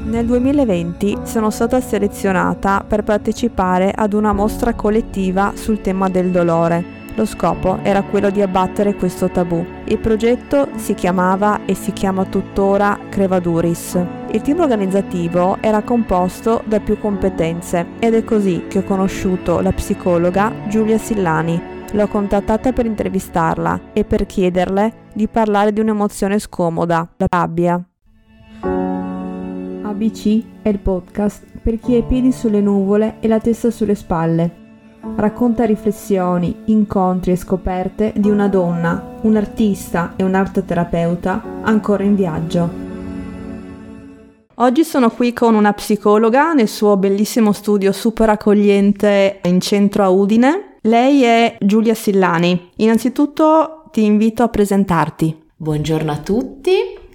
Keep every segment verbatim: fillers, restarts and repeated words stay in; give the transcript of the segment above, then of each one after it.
Nel duemilaventi sono stata selezionata per partecipare ad una mostra collettiva sul tema del dolore. Lo scopo era quello di abbattere questo tabù. Il progetto si chiamava e si chiama tuttora Crevaduris. Il team organizzativo era composto da più competenze ed è così che ho conosciuto la psicologa Giulia Sillani. L'ho contattata per intervistarla e per chiederle di parlare di un'emozione scomoda, la rabbia. A B C è il podcast per chi ha i piedi sulle nuvole e la testa sulle spalle. Racconta riflessioni, incontri e scoperte di una donna, un artista e un'arteterapeuta ancora in viaggio. Oggi sono qui con una psicologa nel suo bellissimo studio super accogliente in centro a Udine. Lei è Giulia Sillani. Innanzitutto ti invito a presentarti. Buongiorno a tutti,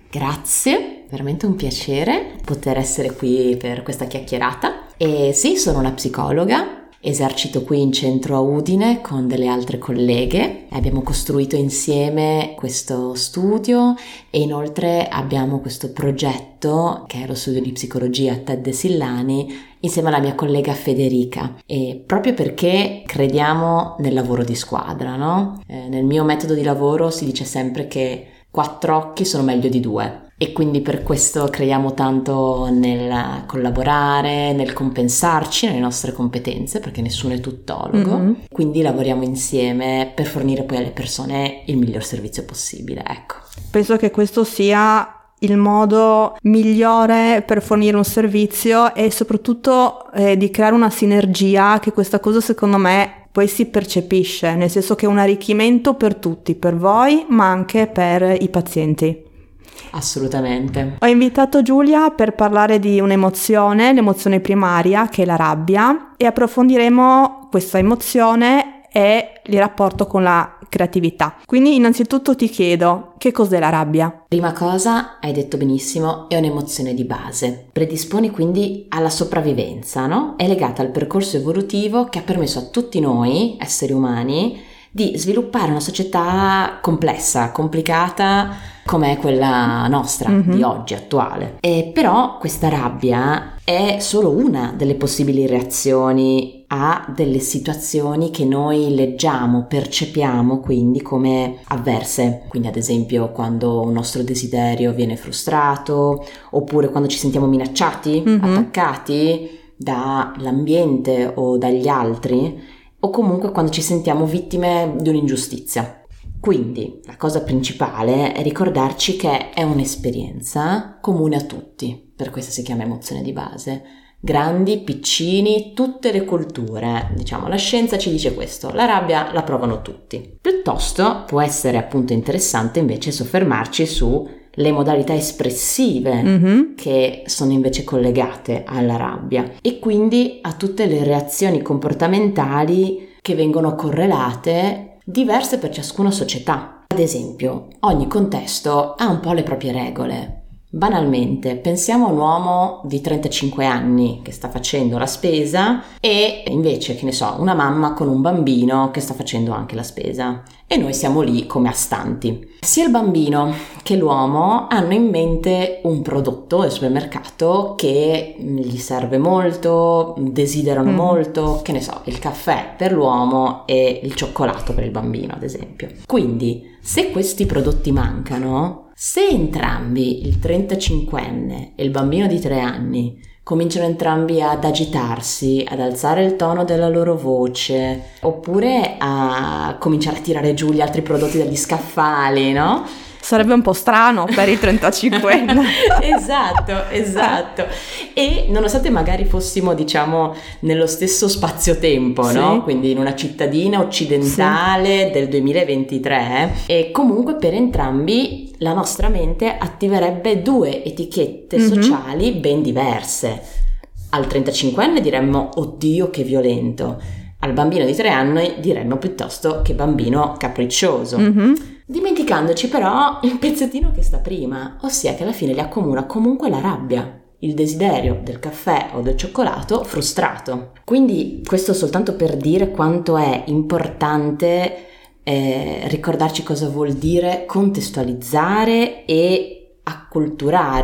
grazie, veramente un piacere poter essere qui per questa chiacchierata. E sì, sono una psicologa. Esercito qui in centro a Udine con delle altre colleghe. Abbiamo costruito insieme questo studio e inoltre abbiamo questo progetto che è lo studio di psicologia Ted Sillani insieme alla mia collega Federica, e proprio perché crediamo nel lavoro di squadra, no? Eh, nel mio metodo di lavoro si dice sempre che quattro occhi sono meglio di due. E quindi per questo creiamo tanto nel collaborare, nel compensarci nelle nostre competenze, perché nessuno è tuttologo. Mm-hmm. Quindi lavoriamo insieme per fornire poi alle persone il miglior servizio possibile, ecco. Penso che questo sia il modo migliore per fornire un servizio e soprattutto eh, di creare una sinergia, che questa cosa secondo me poi si percepisce, nel senso che è un arricchimento per tutti, per voi ma anche per i pazienti. Assolutamente. Ho invitato Giulia per parlare di un'emozione, l'emozione primaria, che è la rabbia, e approfondiremo questa emozione e il rapporto con la creatività. Quindi innanzitutto ti chiedo, che cos'è la rabbia? Prima cosa, hai detto benissimo, è un'emozione di base. Predispone quindi alla sopravvivenza, no? È legata al percorso evolutivo che ha permesso a tutti noi, esseri umani, di sviluppare una società complessa, complicata, come quella nostra, mm-hmm. di oggi, attuale. E però questa rabbia è solo una delle possibili reazioni a delle situazioni che noi leggiamo, percepiamo quindi come avverse. Quindi ad esempio quando un nostro desiderio viene frustrato, oppure quando ci sentiamo minacciati, mm-hmm. attaccati dall'ambiente o dagli altri, o comunque quando ci sentiamo vittime di un'ingiustizia. Quindi la cosa principale è ricordarci che è un'esperienza comune a tutti, per questo si chiama emozione di base. Grandi, piccini, tutte le culture, diciamo, la scienza ci dice questo, la rabbia la provano tutti. Piuttosto può essere appunto interessante invece soffermarci su le modalità espressive mm-hmm. che sono invece collegate alla rabbia e quindi a tutte le reazioni comportamentali che vengono correlate, diverse per ciascuna società. Ad esempio, ogni contesto ha un po' le proprie regole. Banalmente, pensiamo a un uomo di trentacinque anni che sta facendo la spesa e invece, che ne so, una mamma con un bambino che sta facendo anche la spesa. E noi siamo lì come astanti. Sia il bambino che l'uomo hanno in mente un prodotto al supermercato che gli serve molto, desiderano mm. molto, che ne so, il caffè per l'uomo e il cioccolato per il bambino, ad esempio. Quindi, se questi prodotti mancano, se entrambi, il trentacinquenne e il bambino di tre anni, cominciano entrambi ad agitarsi, ad alzare il tono della loro voce, oppure a cominciare a tirare giù gli altri prodotti dagli scaffali, no? Sarebbe un po' strano per il trentacinquenne. Esatto, esatto. E nonostante magari fossimo, diciamo, nello stesso spazio-tempo, sì. no? Quindi in una cittadina occidentale sì. del duemilaventitré, e comunque per entrambi la nostra mente attiverebbe due etichette mm-hmm. sociali ben diverse. Al trentacinquenne diremmo oddio che violento, al bambino di tre anni diremmo piuttosto che bambino capriccioso. Mm-hmm. Dimenticandoci però il pezzettino che sta prima, ossia che alla fine li accomuna comunque la rabbia, il desiderio del caffè o del cioccolato frustrato. Quindi questo soltanto per dire quanto è importante eh, ricordarci cosa vuol dire contestualizzare e acculturare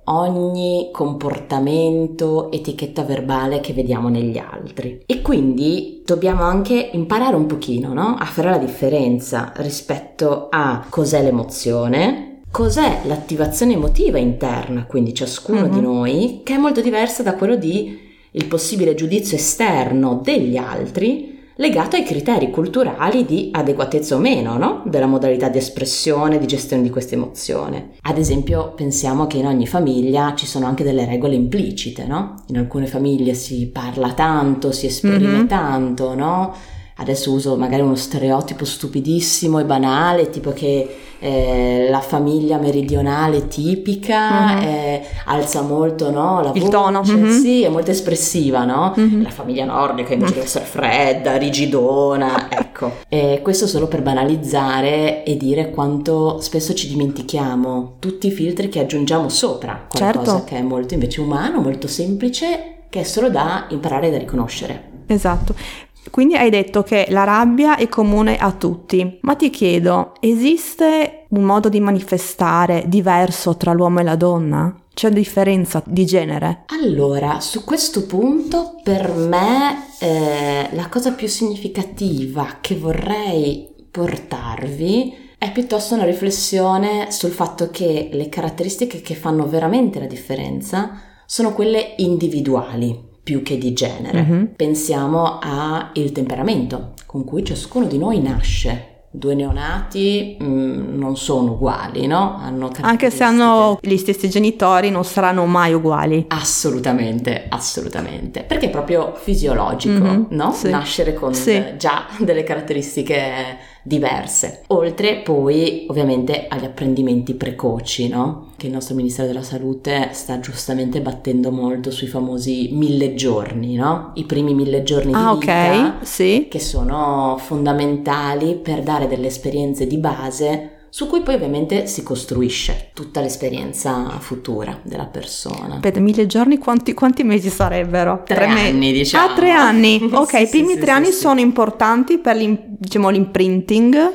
ogni comportamento, etichetta verbale che vediamo negli altri. E quindi dobbiamo anche imparare un pochino, no? A fare la differenza rispetto a cos'è l'emozione, cos'è l'attivazione emotiva interna, quindi ciascuno mm-hmm. di noi, che è molto diversa da quello di il possibile giudizio esterno degli altri legato ai criteri culturali di adeguatezza o meno, no? Della modalità di espressione, di gestione di questa emozione. Ad esempio, pensiamo che in ogni famiglia ci sono anche delle regole implicite, no? In alcune famiglie si parla tanto, si esprime mm-hmm. tanto, no? Adesso uso magari uno stereotipo stupidissimo e banale, tipo che eh, la famiglia meridionale tipica mm-hmm. eh, alza molto, no, la il voce, tono, mm-hmm. sì, è molto espressiva, no? Mm-hmm. La famiglia nordica invece mm-hmm. deve essere fredda, rigidona, ecco. E questo solo per banalizzare e dire quanto spesso ci dimentichiamo tutti i filtri che aggiungiamo sopra qualcosa certo. che è molto invece umano, molto semplice, che è solo da imparare e da riconoscere. Esatto. Quindi hai detto che la rabbia è comune a tutti, ma ti chiedo, esiste un modo di manifestare diverso tra l'uomo e la donna? C'è differenza di genere? Allora, su questo punto per me eh, la cosa più significativa che vorrei portarvi è piuttosto una riflessione sul fatto che le caratteristiche che fanno veramente la differenza sono quelle individuali, più che di genere. Mm-hmm. Pensiamo al temperamento con cui ciascuno di noi nasce. Due neonati mh, non sono uguali, no? Hanno anche se hanno gli stessi genitori non saranno mai uguali. Assolutamente, assolutamente. Perché è proprio fisiologico, mm-hmm. no? Sì. Nascere con sì. d- già delle caratteristiche diverse. Oltre poi ovviamente agli apprendimenti precoci, no? Che il nostro Ministero della Salute sta giustamente battendo molto sui famosi mille giorni, no? I primi mille giorni di ah, vita, okay. sì. che sono fondamentali per dare delle esperienze di base su cui poi ovviamente si costruisce tutta l'esperienza futura della persona. Aspetta, mille giorni quanti, quanti mesi sarebbero? Tre, tre anni me- diciamo. Ah, tre anni, ok, sì, i primi sì, tre sì, anni sì, sono sì. importanti per diciamo, l'imprinting.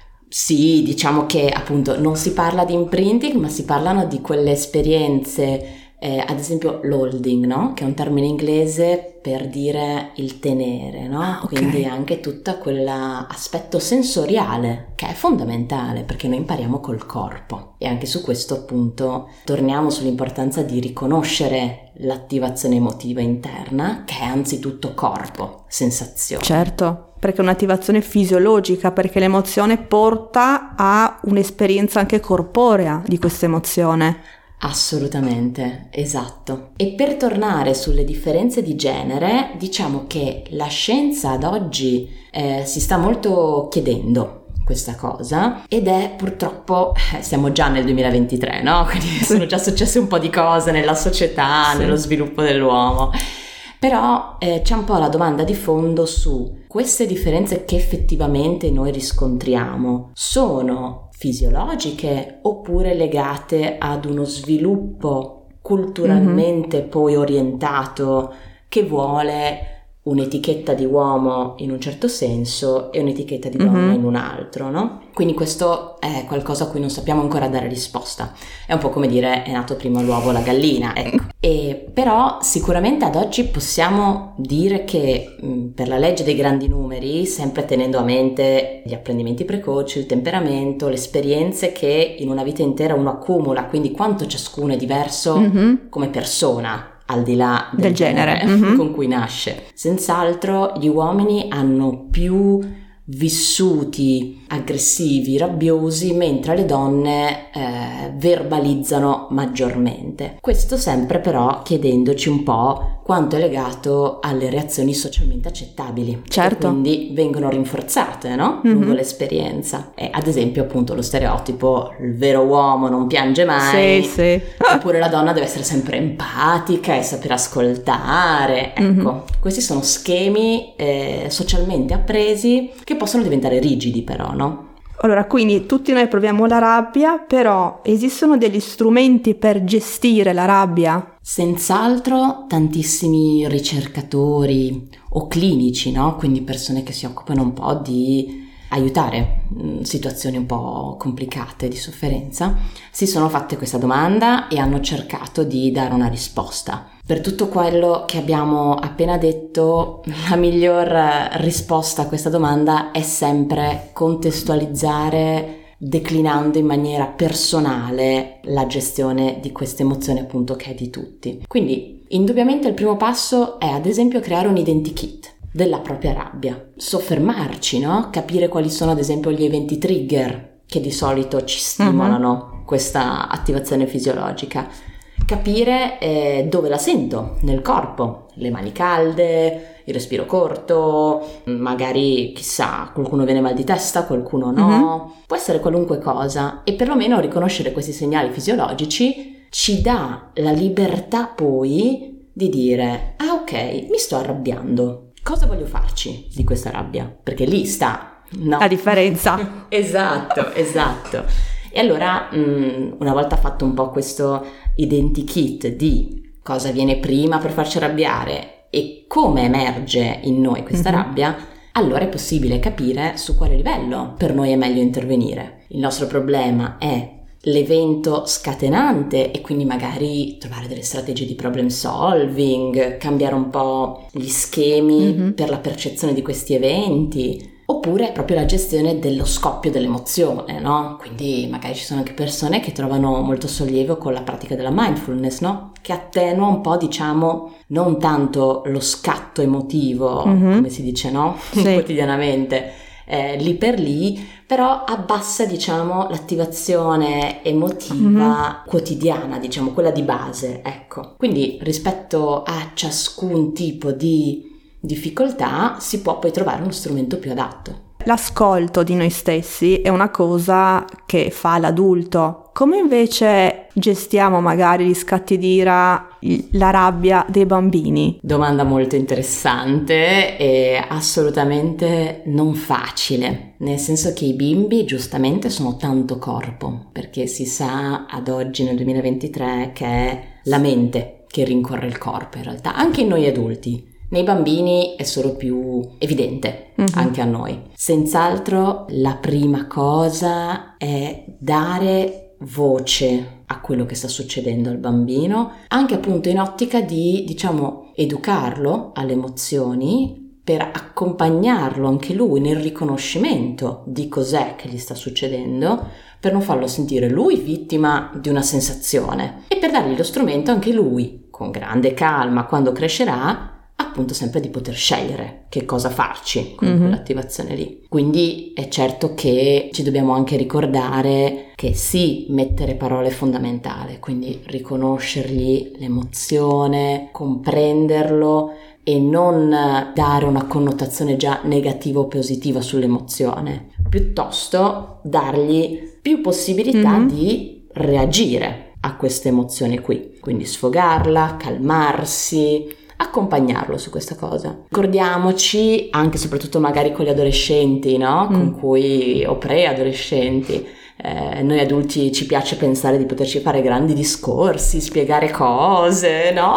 Sì, diciamo che appunto non si parla di imprinting, ma si parlano di quelle esperienze, eh, ad esempio l'holding, no? Che è un termine inglese per dire il tenere, no? Ah, okay. Quindi anche tutto quell'aspetto sensoriale che è fondamentale perché noi impariamo col corpo. E anche su questo appunto torniamo sull'importanza di riconoscere l'attivazione emotiva interna, che è anzitutto corpo, sensazione. Certo. Perché è un'attivazione fisiologica, perché l'emozione porta a un'esperienza anche corporea di questa emozione. Assolutamente, esatto. E per tornare sulle differenze di genere, diciamo che la scienza ad oggi eh, si sta molto chiedendo questa cosa ed è purtroppo, eh, siamo già nel duemilaventitré, no? Quindi sono già successe un po' di cose nella società, sì. nello sviluppo dell'uomo. Però eh, c'è un po' la domanda di fondo su queste differenze che effettivamente noi riscontriamo sono fisiologiche oppure legate ad uno sviluppo culturalmente mm-hmm. poi orientato che vuole un'etichetta di uomo in un certo senso e un'etichetta di donna mm-hmm. in un altro, no? Quindi questo è qualcosa a cui non sappiamo ancora dare risposta. È un po' come dire è nato prima l'uovo o la gallina, ecco. E però sicuramente ad oggi possiamo dire che mh, per la legge dei grandi numeri, sempre tenendo a mente gli apprendimenti precoci, il temperamento, le esperienze che in una vita intera uno accumula, quindi quanto ciascuno è diverso mm-hmm. come persona, al di là del, del genere, genere mm-hmm. con cui nasce. Senz'altro gli uomini hanno più vissuti aggressivi, rabbiosi, mentre le donne eh, verbalizzano maggiormente. Questo sempre però chiedendoci un po' quanto è legato alle reazioni socialmente accettabili, certo. che quindi vengono rinforzate, no? Mm-hmm. lungo l'esperienza. E ad esempio appunto lo stereotipo il vero uomo non piange mai, sì, sì. oppure la donna deve essere sempre empatica e saper ascoltare. Ecco, mm-hmm. questi sono schemi eh, socialmente appresi che possono diventare rigidi però, no? Allora, quindi tutti noi proviamo la rabbia, però esistono degli strumenti per gestire la rabbia? Senz'altro tantissimi ricercatori o clinici, no? Quindi persone che si occupano un po' di aiutare mh, situazioni un po' complicate di sofferenza, si sono fatte questa domanda e hanno cercato di dare una risposta. Per tutto quello che abbiamo appena detto, la miglior risposta a questa domanda è sempre contestualizzare, declinando in maniera personale la gestione di queste emozioni, appunto, che è di tutti. Quindi indubbiamente il primo passo è ad esempio creare un identikit della propria rabbia, soffermarci, no? Capire quali sono ad esempio gli eventi trigger che di solito ci stimolano uh-huh. questa attivazione fisiologica, capire eh, dove la sento nel corpo, le mani calde, il respiro corto, magari chissà qualcuno viene mal di testa, qualcuno no, uh-huh. può essere qualunque cosa, e perlomeno riconoscere questi segnali fisiologici ci dà la libertà poi di dire ah ok, mi sto arrabbiando, cosa voglio farci di questa rabbia? Perché lì sta, no? La differenza. Esatto, esatto. E allora mh, una volta fatto un po' questo identikit di cosa viene prima per farci arrabbiare e come emerge in noi questa mm-hmm. rabbia, allora è possibile capire su quale livello per noi è meglio intervenire. Il nostro problema è l'evento scatenante e quindi magari trovare delle strategie di problem solving, cambiare un po' gli schemi mm-hmm. per la percezione di questi eventi, oppure proprio la gestione dello scoppio dell'emozione, no? Quindi magari ci sono anche persone che trovano molto sollievo con la pratica della mindfulness, no? Che attenua un po', diciamo, non tanto lo scatto emotivo, mm-hmm. come si dice, no? Sì. Quotidianamente, eh, lì per lì, però abbassa, diciamo, l'attivazione emotiva mm-hmm. quotidiana, diciamo, quella di base, ecco. Quindi rispetto a ciascun tipo di difficoltà si può poi trovare uno strumento più adatto. L'ascolto di noi stessi è una cosa che fa l'adulto. Come invece gestiamo magari gli scatti di ira, la rabbia dei bambini? Domanda molto interessante e assolutamente non facile, nel senso che i bimbi giustamente sono tanto corpo, perché si sa ad oggi nel duemilaventitré che è la mente che rincorre il corpo in realtà, anche in noi adulti. Nei bambini è solo più evidente, mm-hmm. anche a noi. Senz'altro la prima cosa è dare voce a quello che sta succedendo al bambino, anche appunto in ottica di, diciamo, educarlo alle emozioni per accompagnarlo anche lui nel riconoscimento di cos'è che gli sta succedendo, per non farlo sentire lui vittima di una sensazione e per dargli lo strumento anche lui, con grande calma, quando crescerà, appunto sempre di poter scegliere che cosa farci con mm-hmm. quell'attivazione lì. Quindi è certo che ci dobbiamo anche ricordare che sì, mettere parole è fondamentale, quindi riconoscergli l'emozione, comprenderlo e non dare una connotazione già negativa o positiva sull'emozione, piuttosto dargli più possibilità mm-hmm. di reagire a queste emozioni qui, quindi sfogarla, calmarsi, accompagnarlo su questa cosa. Ricordiamoci, anche e soprattutto magari con gli adolescenti, no? Mm. Con cui, o pre-adolescenti, eh, noi adulti ci piace pensare di poterci fare grandi discorsi, spiegare cose, no?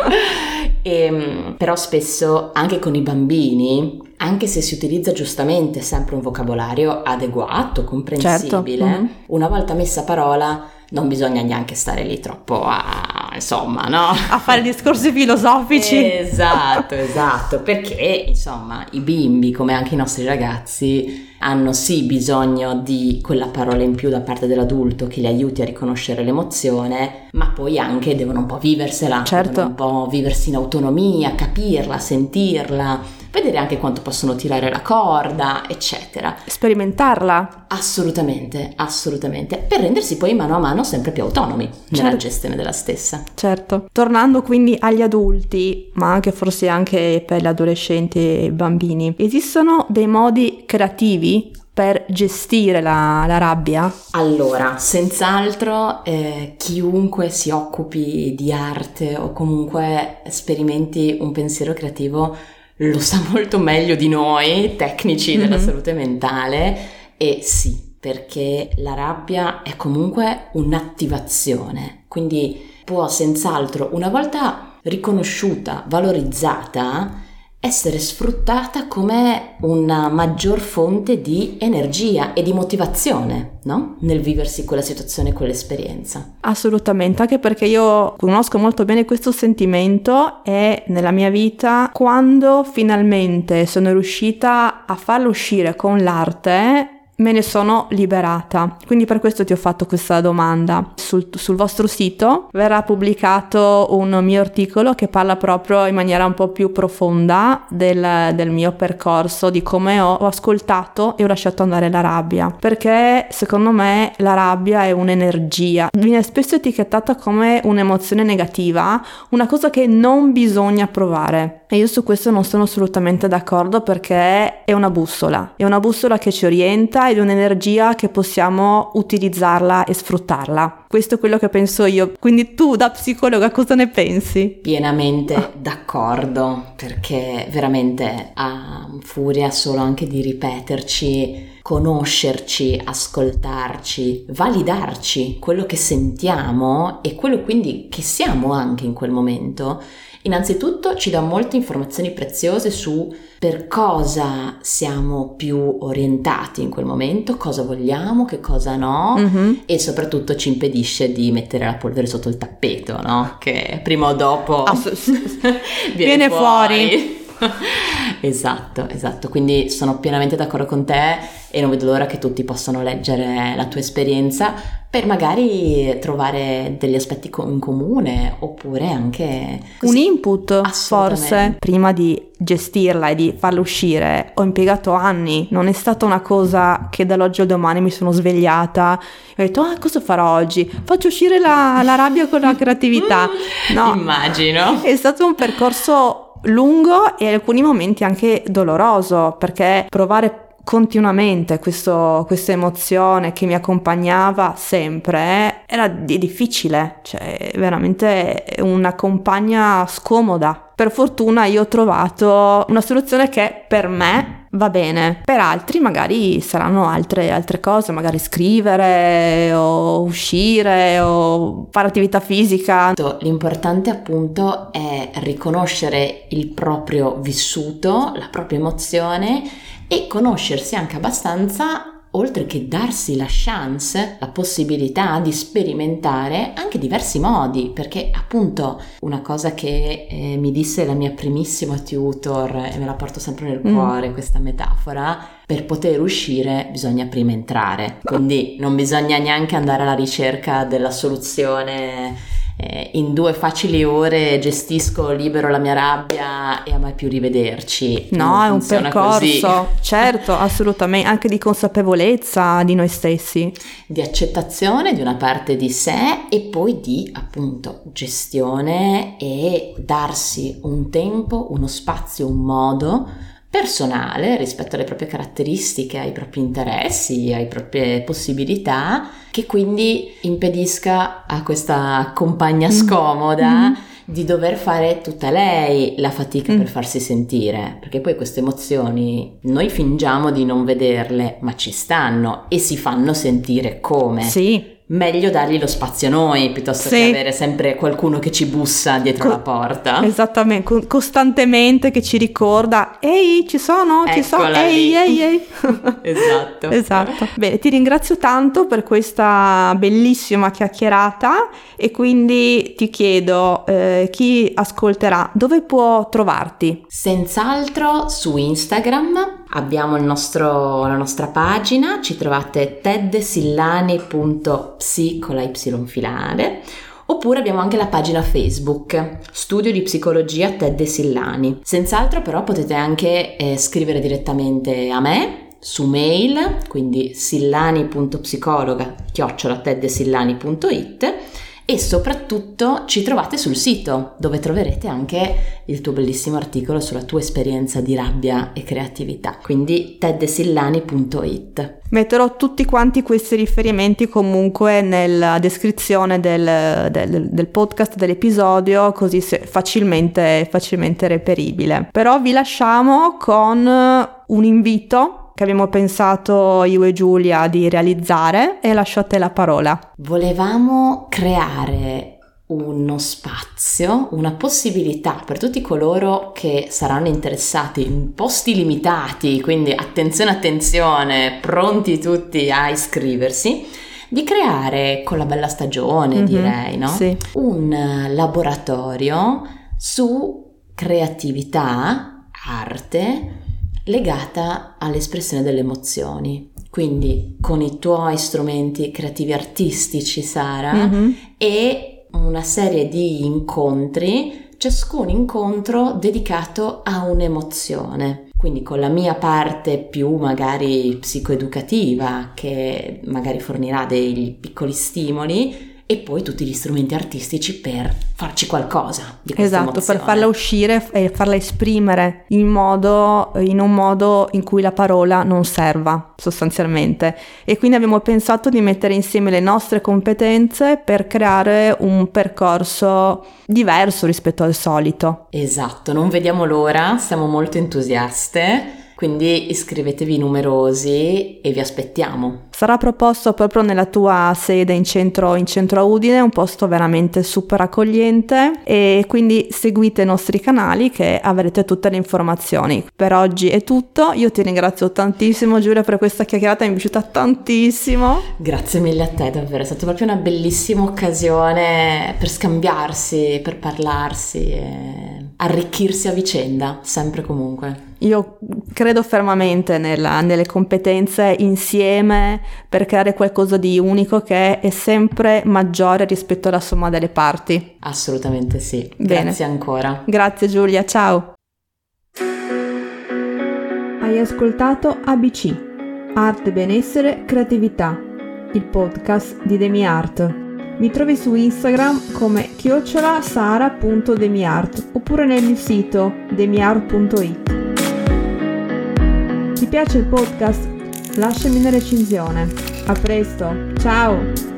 e, però spesso anche con i bambini, anche se si utilizza giustamente sempre un vocabolario adeguato, comprensibile, certo. mm-hmm. una volta messa a parola non bisogna neanche stare lì troppo a, insomma, no? A fare discorsi filosofici. Esatto, esatto, perché insomma i bimbi, come anche i nostri ragazzi, hanno sì bisogno di quella parola in più da parte dell'adulto che li aiuti a riconoscere l'emozione, ma poi anche devono un po' viversela, certo. devono un po' viversi in autonomia, capirla, sentirla, vedere anche quanto possono tirare la corda, eccetera. Sperimentarla. Assolutamente, assolutamente, per rendersi poi mano a mano sempre più autonomi nella certo. gestione della stessa. Certo. Tornando quindi agli adulti, ma anche forse anche per gli adolescenti e i bambini, esistono dei modi creativi per gestire la, la rabbia? Allora, senz'altro eh, chiunque si occupi di arte o comunque sperimenti un pensiero creativo lo sa molto meglio di noi, tecnici mm-hmm. della salute mentale, e sì, perché la rabbia è comunque un'attivazione, quindi può senz'altro, una volta riconosciuta, valorizzata, essere sfruttata come una maggior fonte di energia e di motivazione, no? Nel viversi quella situazione, quell'esperienza. Assolutamente, anche perché io conosco molto bene questo sentimento e nella mia vita, quando finalmente sono riuscita a farlo uscire con l'arte, me ne sono liberata. Quindi per questo ti ho fatto questa domanda. Sul, sul vostro sito verrà pubblicato un mio articolo che parla proprio in maniera un po' più profonda del, del mio percorso, di come ho, ho ascoltato e ho lasciato andare la rabbia, perché secondo me la rabbia è un'energia, viene spesso etichettata come un'emozione negativa, una cosa che non bisogna provare, e io su questo non sono assolutamente d'accordo, perché è una bussola, è una bussola che ci orienta ed è un'energia che possiamo utilizzarla e sfruttarla. Questo è quello che penso io. Quindi tu, da psicologa, cosa ne pensi? Pienamente ah. d'accordo, perché veramente a furia solo anche di ripeterci, conoscerci, ascoltarci, validarci quello che sentiamo e quello quindi che siamo anche in quel momento, innanzitutto ci dà molte informazioni preziose su per cosa siamo più orientati in quel momento, cosa vogliamo, che cosa no, mm-hmm. e soprattutto ci impedisce di mettere la polvere sotto il tappeto, no? Che prima o dopo ah, viene, viene fuori. fuori. Esatto, esatto, quindi sono pienamente d'accordo con te e non vedo l'ora che tutti possano leggere la tua esperienza per magari trovare degli aspetti in comune, oppure anche così. Un input forse prima di gestirla e di farla uscire. Ho impiegato anni, non è stata una cosa che dall'oggi al domani mi sono svegliata e ho detto ah, cosa farò oggi? Faccio uscire la, la rabbia con la creatività. No, immagino. È stato un percorso lungo e alcuni momenti anche doloroso, perché provare continuamente questo, questa emozione che mi accompagnava sempre era di- difficile, cioè veramente una compagna scomoda. Per fortuna io ho trovato una soluzione che per me va bene, per altri magari saranno altre, altre cose, magari scrivere o uscire o fare attività fisica. L'importante appunto è riconoscere il proprio vissuto, la propria emozione e conoscersi anche abbastanza, oltre che darsi la chance, la possibilità di sperimentare anche diversi modi, perché appunto una cosa che eh, mi disse la mia primissima tutor, e me la porto sempre nel cuore mm. questa metafora: per poter uscire bisogna prima entrare, quindi non bisogna neanche andare alla ricerca della soluzione. In due facili ore gestisco, libero la mia rabbia e a mai più rivederci. No, non è un percorso, così. Certo, assolutamente, anche di consapevolezza di noi stessi. Di accettazione di una parte di sé e poi di appunto gestione e darsi un tempo, uno spazio, un modo personale rispetto alle proprie caratteristiche, ai propri interessi, alle proprie possibilità, che quindi impedisca a questa compagna scomoda mm. di dover fare tutta lei la fatica mm. per farsi sentire, perché poi queste emozioni noi fingiamo di non vederle, ma ci stanno e si fanno sentire come. Sì. Meglio dargli lo spazio noi piuttosto sì. che avere sempre qualcuno che ci bussa dietro Co- la porta. Esattamente, co- costantemente che ci ricorda ehi ci sono, ci sono, ehi ehi ehi. Esatto. Esatto. Bene, ti ringrazio tanto per questa bellissima chiacchierata e quindi ti chiedo eh, chi ascolterà dove può trovarti? Senz'altro su Instagram. Abbiamo il nostro, la nostra pagina, ci trovate tedsillani punto psi con la y filare, oppure abbiamo anche la pagina Facebook Studio di Psicologia Ted Sillani. Senz'altro però potete anche eh, scrivere direttamente a me su mail, quindi sillani punto psicologa chiocciola tedsillani punto it, e soprattutto ci trovate sul sito, dove troverete anche il tuo bellissimo articolo sulla tua esperienza di rabbia e creatività, quindi tedsillani punto it. Metterò tutti quanti questi riferimenti comunque nella descrizione del, del, del podcast, dell'episodio, così se facilmente, facilmente reperibile. Però vi lasciamo con un invito che abbiamo pensato io e Giulia di realizzare e lascio a te la parola. Volevamo creare uno spazio, una possibilità per tutti coloro che saranno interessati in posti limitati, quindi attenzione attenzione, pronti tutti a iscriversi, di creare con la bella stagione, mm-hmm, direi, no? Sì. Un laboratorio su creatività, arte legata all'espressione delle emozioni. Quindi con i tuoi strumenti creativi artistici, Sara, mm-hmm, e una serie di incontri, ciascun incontro dedicato a un'emozione. Quindi con la mia parte più magari psicoeducativa, che magari fornirà dei piccoli stimoli, e poi tutti gli strumenti artistici per farci qualcosa di questa esatto, emozione. Per farla uscire e farla esprimere in modo, in un modo in cui la parola non serva sostanzialmente. E quindi abbiamo pensato di mettere insieme le nostre competenze per creare un percorso diverso rispetto al solito. Esatto, non vediamo l'ora, siamo molto entusiaste. Quindi iscrivetevi numerosi e vi aspettiamo. Sarà proposto proprio nella tua sede in centro, in centro a Udine, un posto veramente super accogliente, e quindi seguite i nostri canali che avrete tutte le informazioni. Per oggi è tutto, io ti ringrazio tantissimo Giulia per questa chiacchierata, mi è piaciuta tantissimo. Grazie mille a te, davvero, è stata proprio una bellissima occasione per scambiarsi, per parlarsi e arricchirsi a vicenda, sempre comunque. Io credo fermamente nella, nelle competenze insieme per creare qualcosa di unico che è sempre maggiore rispetto alla somma delle parti. Assolutamente sì. Bene. Grazie ancora. Grazie Giulia, ciao. Hai ascoltato A B C, Arte, Benessere, Creatività, il podcast di DemiArt. Mi trovi su Instagram come chiocciola sara punto demiart oppure nel mio sito demiart punto it. Ti piace il podcast? Lasciami una recensione. A presto, ciao!